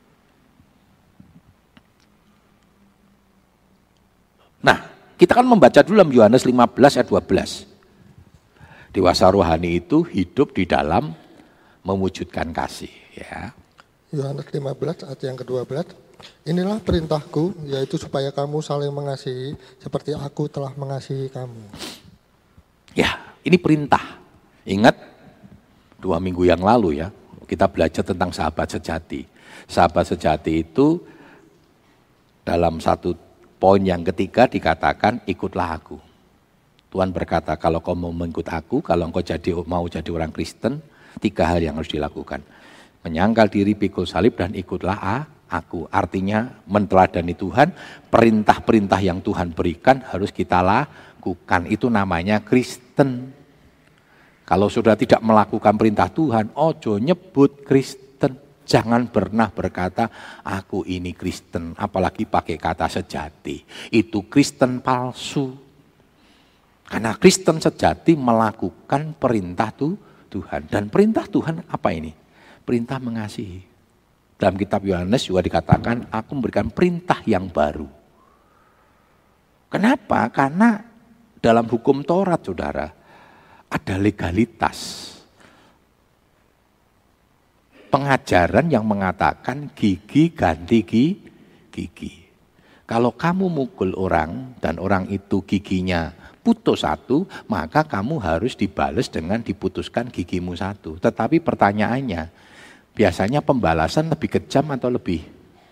kan membaca dulu dalam Yohanes 15 ayat 12. Dewasa rohani itu hidup di dalam mewujudkan kasih. Ya. Yohanes 15 ayat yang ke-12. Inilah perintahku, yaitu supaya kamu saling mengasihi seperti aku telah mengasihi kamu. Ya, ini perintah. Ingat 2 minggu yang lalu ya, kita belajar tentang sahabat sejati. Sahabat sejati itu dalam satu poin yang ketiga dikatakan ikutlah aku. Tuhan berkata kalau kau mau mengikut aku, kalau engkau mau jadi orang Kristen, 3 hal yang harus dilakukan. Menyangkal diri, pikul salib, dan ikutlah aku. Artinya menteladani Tuhan, perintah-perintah yang Tuhan berikan harus kita lakukan. Itu namanya Kristen. Kalau sudah tidak melakukan perintah Tuhan, ojo nyebut Kristen. Jangan pernah berkata, aku ini Kristen. Apalagi pakai kata sejati. Itu Kristen palsu. Karena Kristen sejati melakukan perintah Tuhan. Dan perintah Tuhan apa ini? Perintah mengasihi. Dalam kitab Yohanes juga dikatakan, aku memberikan perintah yang baru. Kenapa? Karena dalam hukum Taurat, saudara, ada legalitas. Pengajaran yang mengatakan gigi ganti gigi. Kalau kamu mukul orang dan orang itu giginya putus satu, maka kamu harus dibalas dengan diputuskan gigimu satu. Tetapi pertanyaannya, biasanya pembalasan lebih kejam atau lebih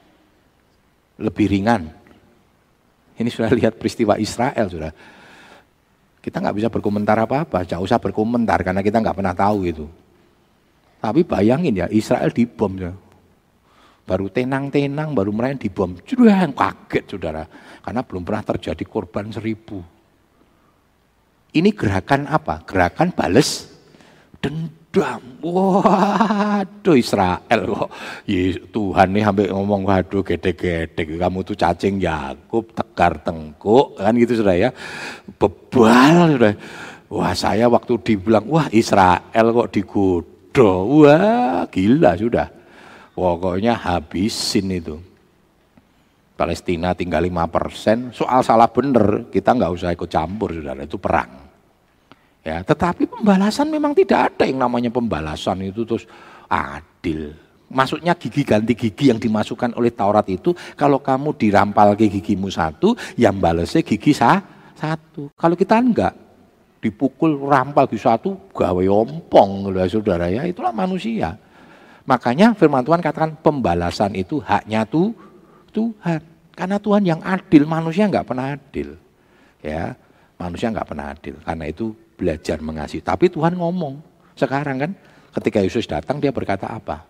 ringan? Ini sudah lihat peristiwa Israel, sudah. Kita nggak bisa berkomentar apa-apa, jangan usah berkomentar karena kita nggak pernah tahu itu. Tapi bayangin ya, Israel dibom ya. Baru tenang-tenang, baru merayakan dibom. Sudah kaget saudara, karena belum pernah terjadi korban 1000. Ini gerakan apa? Gerakan bales dendam. Waduh Israel kok. Tuhan nih sampai ngomong waduh gede-gede. Kamu tuh cacing Yakub, tegar tengkuk. Kan gitu sudah ya. Bebal sudah. Wah saya waktu dibilang wah Israel kok digodoh. Wah gila sudah. Pokoknya habisin itu. Palestina tinggal 5%. Soal salah bener kita nggak usah ikut campur saudara. Itu perang. Ya, tetapi pembalasan memang tidak ada yang namanya pembalasan itu terus adil. Maksudnya gigi ganti gigi yang dimasukkan oleh Taurat itu, kalau kamu dirampal ke gigimu satu, yang balasnya gigi satu. Kalau kita enggak, dipukul rampal gigi satu, gawe ompong, saudara ya, itulah manusia. Makanya firman Tuhan katakan pembalasan itu haknya Tuhan. Karena Tuhan yang adil, manusia nggak pernah adil. Ya, manusia nggak pernah adil. Karena itu belajar mengasihi. Tapi Tuhan ngomong. Sekarang kan ketika Yesus datang dia berkata apa?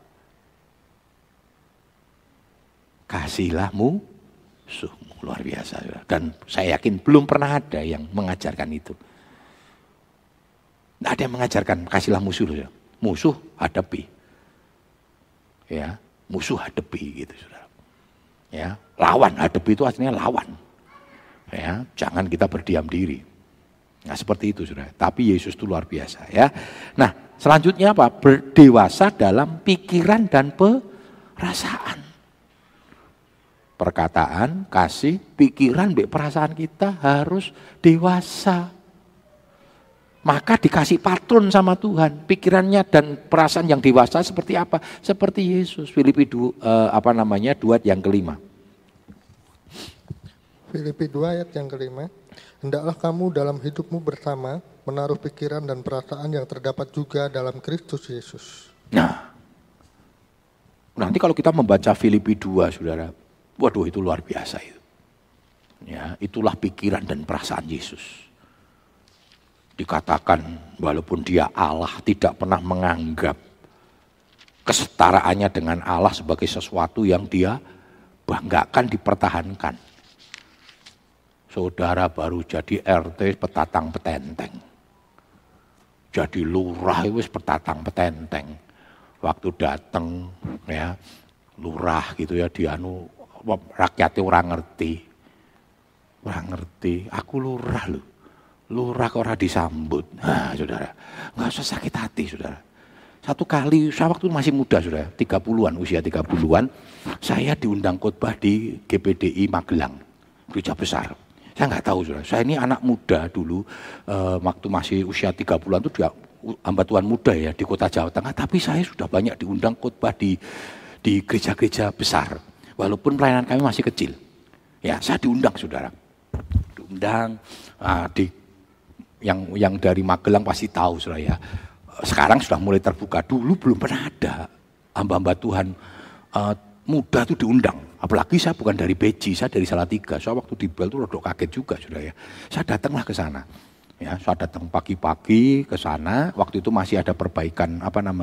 Kasihlah musuhmu. Luar biasa. Dan saya yakin belum pernah ada yang mengajarkan itu. Tidak ada yang mengajarkan kasihlah musuh. Musuh hadapi. Ya, musuh hadapi gitu, saudara. Ya, lawan, hadapi itu artinya lawan. Ya, jangan kita berdiam diri. Nah, seperti itu, saudara. Tapi Yesus itu luar biasa, ya. Nah, selanjutnya apa? Berdewasa dalam pikiran dan perasaan. Perkataan, kasih, pikiran, perasaan kita harus dewasa. Maka dikasih patron sama Tuhan, pikirannya dan perasaan yang dewasa seperti apa? Seperti Yesus. Filipi 2 yang kelima. Filipi 2 ayat yang kelima. Hendaklah kamu dalam hidupmu bersama menaruh pikiran dan perasaan yang terdapat juga dalam Kristus Yesus. Nah, nanti kalau kita membaca Filipi 2, saudara, waduh itu luar biasa itu. Ya, itulah pikiran dan perasaan Yesus. Dikatakan walaupun dia Allah tidak pernah menganggap kesetaraannya dengan Allah sebagai sesuatu yang dia banggakan, dipertahankan. Saudara baru jadi RT petatang petenteng. Jadi lurah itu petatang petenteng. Waktu datang ya lurah gitu ya dianu rakyatnya orang ngerti. Orang ngerti, aku lurah loh. Lurah kok ora disambut. Nah, saudara, nggak usah sakit hati, saudara. Satu kali, saya waktu masih muda, saudara, 30-an, usia 30-an, saya diundang khotbah di GPDI Magelang, gereja besar. Saya nggak tahu, saudara. Saya ini anak muda dulu, waktu masih usia 30-an itu hamba Tuhan muda ya di kota Jawa Tengah. Tapi saya sudah banyak diundang khotbah di gereja-gereja besar, walaupun pelayanan kami masih kecil. Ya, saya diundang, saudara. Diundang di yang dari Magelang pasti tahu, saudara ya. Sekarang sudah mulai terbuka. Dulu belum pernah ada hamba-hamba Tuhan muda itu diundang. Apalagi saya bukan dari Beji, saya dari Salatiga. Saya waktu di Bel itu rodok kaget juga, saudara ya. Saya datanglah ke sana. Ya, saya datang pagi-pagi ke sana. Waktu itu masih ada perbaikan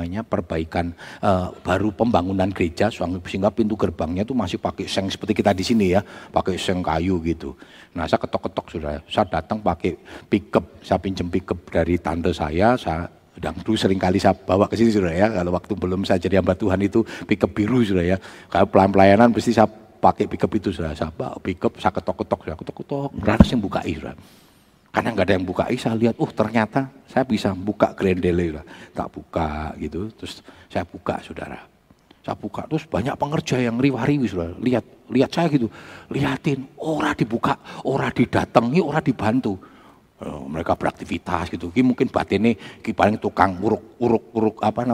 baru pembangunan gereja, sehingga pintu gerbangnya itu masih pakai seng seperti kita di sini ya, pakai seng kayu gitu. Nah, saya ketok-ketok, saudara. Saya datang pakai pickup, saya pinjam pickup dari tante saya dan dulu sering kali saya bawa ke sini, saudara ya. Kalau waktu belum saya jadi hamba Tuhan itu pickup biru, saudara ya. Kalau pelayanan pasti saya pakai pickup itu, saudara. Saya bawa pickup, saya ketok-ketok, nggak ada yang bukai, saudara. Karena nggak ada yang bukai, saya lihat, ternyata saya bisa buka grendele, tak buka gitu, terus saya buka, saudara. Saya buka, terus banyak pengerja yang riwah-riwi, saudara. Lihat saya gitu, liatin, ora dibuka, ora didatangi, ora dibantu. Mereka beraktivitas gitu. Mungkin batinnya paling tukang uruk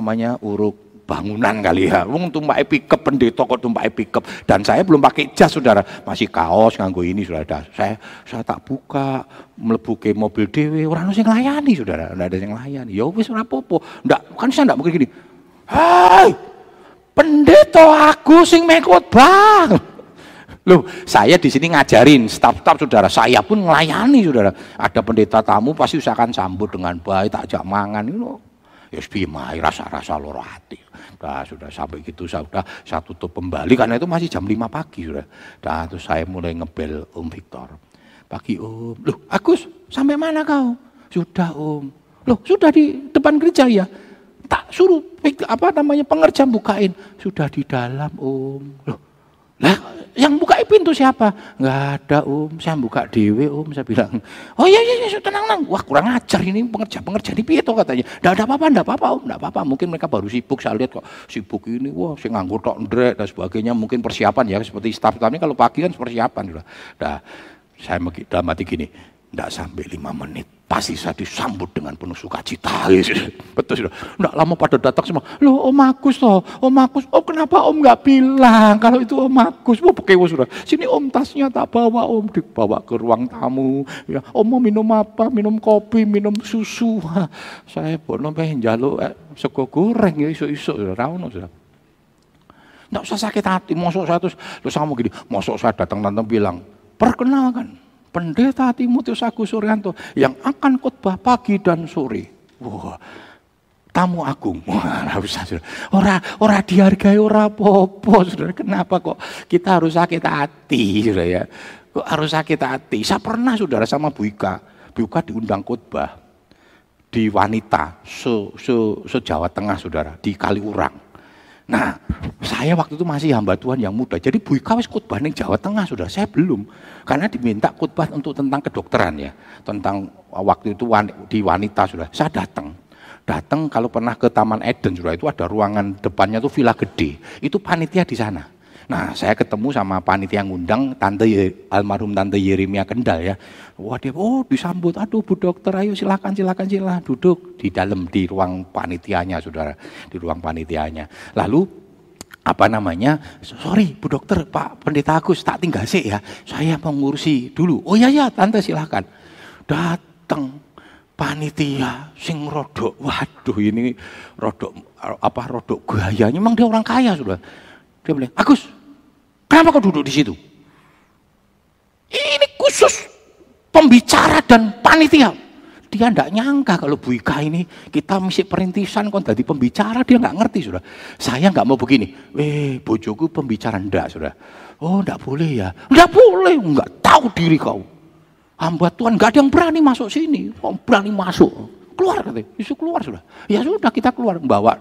bangunan kali ya. Wong tumpake pickup, pendeta kok tumpake pickup. Dan saya belum pakai jas, saudara. Masih kaos nganggo ini, saudara. Saya tak buka, mlebu ke mobil dhewe, ora ono sing nglayani, saudara. Enggak ada sing nglayani. Ya wis ora apa-apa. Kan saya enggak mungkin gini. Hai, pendeta aku sing khotbah. Loh, saya di sini ngajarin staf-staf, saudara. Saya pun nglayani, saudara. Ada pendeta tamu pasti usahakan sambut dengan baik, tak ajak mangan, ya sebimai rasa-rasa loro hati. Nah, sudah sampai gitu saya tutup kembali karena itu masih jam 5 pagi, sudah. Nah, terus saya mulai ngebel Om Victor. Pagi, Om. Loh, Agus, sampai mana kau? Sudah, Om. Loh, sudah di depan gereja ya? Tak suruh pengerja bukain. Sudah di dalam, Om. Loh, lah, yang buka pintu siapa? Enggak ada, Om. Saya buka dewe, Om. Saya bilang, oh iya, tenang. Wah, kurang ajar ini pengerja ini piye toh katanya. Enggak ada apa-apa, Om. Enggak apa-apa. Mungkin mereka baru sibuk. Saya lihat kok sibuk ini. Wah, saya nganggur tok ndrek dan sebagainya. Mungkin persiapan ya, seperti staf kami kalau pagi kan persiapan. Nah, saya dalam hati gini, enggak sampai 5 menit. Pasti saya disambut dengan penuh sukacita. Betul, sudah. Enggak lama pada datang semua. Loh, Om Agus toh. Om Agus. Oh, kenapa Om enggak bilang kalau itu Om Agus? Wah, pekewo sudah. Sini Om, tasnya tak bawa, Om. Dibawa ke ruang tamu. Ya, Om mau minum apa? Minum kopi, minum susu. Saya bono pengen njaluk sego goreng ya iso-iso. Ra ono, sudah. Nggak usah sakit hati, mosok saya terus kamu gini, mosok saya datang tante bilang, perkenalkan, Pendeta Timotius Agus Suryanto yang akan khotbah pagi dan sore. Wah, tamu agung. Wah, harus ora dihargai, ora apa-apa, saudara. Kenapa kok kita harus sakit hati, saudara ya? Kok harus sakit hati? Saya pernah, saudara, sama Bu Ika. Bu Ika diundang khotbah di wanita se-Jawa Tengah, saudara, di Kaliurang. Nah, saya waktu itu masih hamba Tuhan yang muda. Jadi Bu Ika wis khotbah ning Jawa Tengah, saudara. Saya belum. Karena diminta khotbah untuk tentang kedokteran ya. Tentang waktu itu di wanita, saudara. Saya datang kalau pernah ke Taman Eden, saudara, itu ada ruangan depannya tuh villa gede. Itu panitia di sana. Nah, saya ketemu sama panitia yang ngundang almarhum Tante Yeremia Kendal ya. Wah, dia disambut. Aduh, Bu Dokter, ayo silakan duduk di dalam di ruang panitianya, saudara, di ruang panitianya. Lalu sorry Bu Dokter, Pak Pendeta Agus, tak tinggal sih ya. Saya mau ngurusi dulu. Oh iya Tante silakan. Datang panitia sing rodok. Waduh, ini rodok gayanya. Memang dia orang kaya, saudara. Dia bilang, Agus, kenapa kau duduk di situ? Ini khusus pembicara dan panitia. Dia enggak nyangka kalau Bu Ika ini kita mesti perintisan kon jadi pembicara, dia enggak ngerti, saudara. Saya enggak mau begini. Bojoku pembicara enggak, saudara. Oh, enggak boleh ya. Enggak boleh, enggak tahu diri kau. Hamba Tuhan enggak ada yang berani masuk sini. Kau berani masuk. Keluar katanya. Isu keluar, saudara. Ya sudah, kita keluar bawa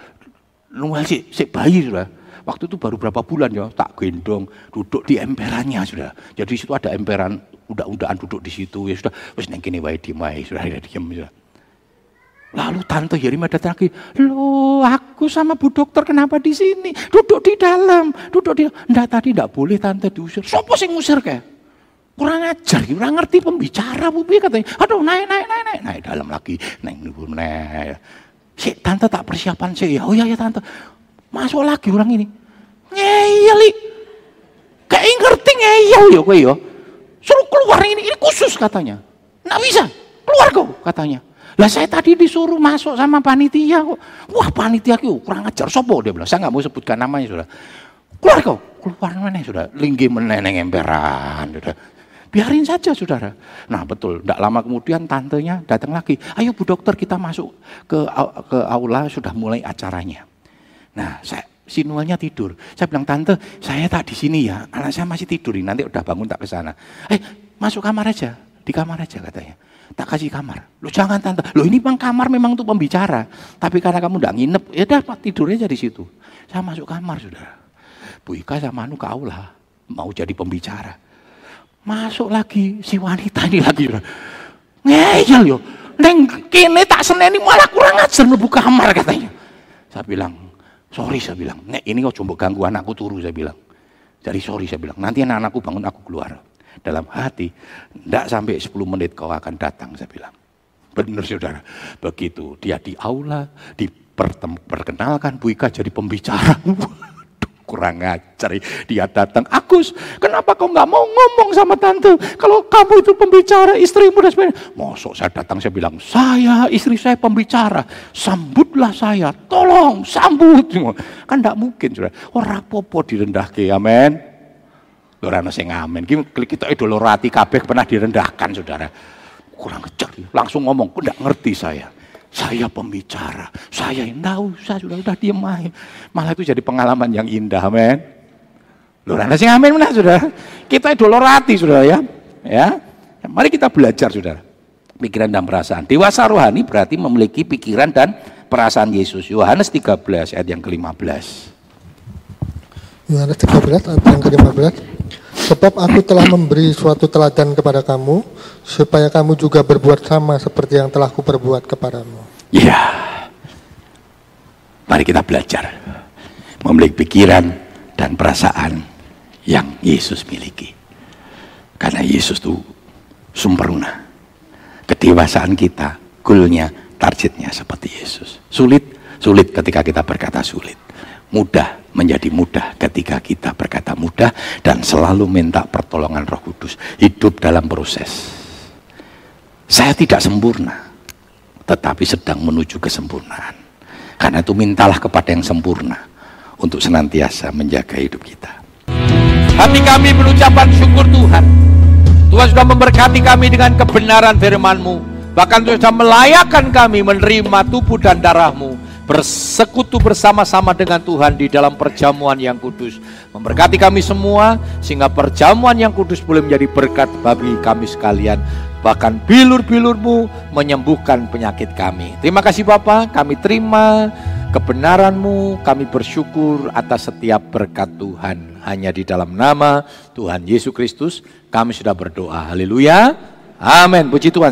si bayi, saudara. Waktu itu baru berapa bulan ya, tak gendong, duduk di emperannya, sudah. Jadi di situ ada emperan, udah-udahan duduk di situ, ya sudah. Terus neng kini wae diem, sudah diam, sudah. Lalu Tante Yeremia datang lagi, loh aku sama Bu Dokter kenapa di sini? Duduk di dalam. Enggak, tadi enggak boleh Tante diusir. Sopo sing ngusir kayak? Kurang ajar, kurang ngerti pembicara Bu Bi katanya. Aduh naik dalam lagi, naik. Si Tante tak persiapan sih ya. Oh iya Tante. Masuk lagi orang ini. Ngeyel. Kayak ngerti ngeyel ya kowe ya. Suruh keluar ini khusus katanya. Nggak bisa. Keluar kau katanya. Lah saya tadi disuruh masuk sama panitia kok. Wah, panitia ki kurang ajar sopo dia bilang. Saya nggak mau sebutkan namanya, sudah. Keluar kau. Keluar mana sudah. Linggi meneneng emperan, sudah. Biarin saja, saudara. Nah betul, tidak lama kemudian tantenya datang lagi. Ayo Bu Dokter, kita masuk ke aula, sudah mulai acaranya. Nah, si Noelnya tidur. Saya bilang, Tante, saya tak di sini ya. Anak saya masih tidur, nanti udah bangun tak ke sana. Masuk kamar aja. Di kamar aja katanya. Tak kasih kamar. Loh jangan Tante. Loh ini bang kamar memang untuk pembicara. Tapi karena kamu udah nginep, ya dapat tidur aja di situ. Saya masuk kamar, saudara. Bu Ika sama Anu ke aula. Mau jadi pembicara. Masuk lagi si wanita ini lagi. Ngeyel yo. Neng kene tak seneni malah kurang ajar mlebu kamar katanya. Saya bilang, sorry saya bilang, ini kau coba ganggu anakku turu saya bilang. Jadi sorry saya bilang, nanti anak-anakku bangun aku keluar. Dalam hati, enggak sampai 10 menit kau akan datang saya bilang. Benar saudara, begitu dia di aula, diperkenalkan Bu Ika jadi pembicara. Kurang ajar, dia datang, Agus, kenapa kau nggak mau ngomong sama Tante? Kalau kamu itu pembicara, istrimu dan sebagainya. Mosok saya datang, saya bilang, istri saya pembicara, sambutlah saya, tolong sambut. Kan enggak mungkin, saudara. Ora apa-apa direndahke, amen. Ora ana sing amen. Kita idolorati kabeh pernah direndahkan, saudara. Kurang ajar, langsung ngomong, kok enggak ngerti saya. Saya pembicara, saya enggak usah, sudah diem aja. Malah itu jadi pengalaman yang indah, amen. Loh, ada sing amin mana, saudara? Kita idolorati, saudara ya. Ya, mari kita belajar, saudara. Pikiran dan perasaan. Dewasa rohani berarti memiliki pikiran dan perasaan Yesus. Yohanes 13 ayat yang ke-15. Yohanes 13 ayat yang ke-15. Sebab aku telah memberi suatu teladan kepada kamu, supaya kamu juga berbuat sama seperti yang telah kuperbuat kepadamu. Ya, mari kita belajar memiliki pikiran dan perasaan yang Yesus miliki. Karena Yesus itu sempurna. Kedewasaan kita, goalnya, targetnya seperti Yesus. Sulit ketika kita berkata sulit. Mudah menjadi mudah ketika kita berkata mudah dan selalu minta pertolongan Roh Kudus. Hidup dalam proses. Saya tidak sempurna, tetapi sedang menuju kesempurnaan. Karena itu mintalah kepada yang sempurna untuk senantiasa menjaga hidup kita. Hati kami mengucapkan syukur Tuhan. Tuhan sudah memberkati kami dengan kebenaran firman-Mu. Bahkan Tuhan sudah melayakkan kami menerima tubuh dan darah-Mu, bersekutu bersama-sama dengan Tuhan di dalam perjamuan yang kudus. Memberkati kami semua, sehingga perjamuan yang kudus boleh menjadi berkat bagi kami sekalian. Bahkan bilur-bilur-Mu menyembuhkan penyakit kami. Terima kasih Bapa, kami terima kebenaran-Mu, kami bersyukur atas setiap berkat Tuhan. Hanya di dalam nama Tuhan Yesus Kristus kami sudah berdoa. Haleluya. Amin. Puji Tuhan.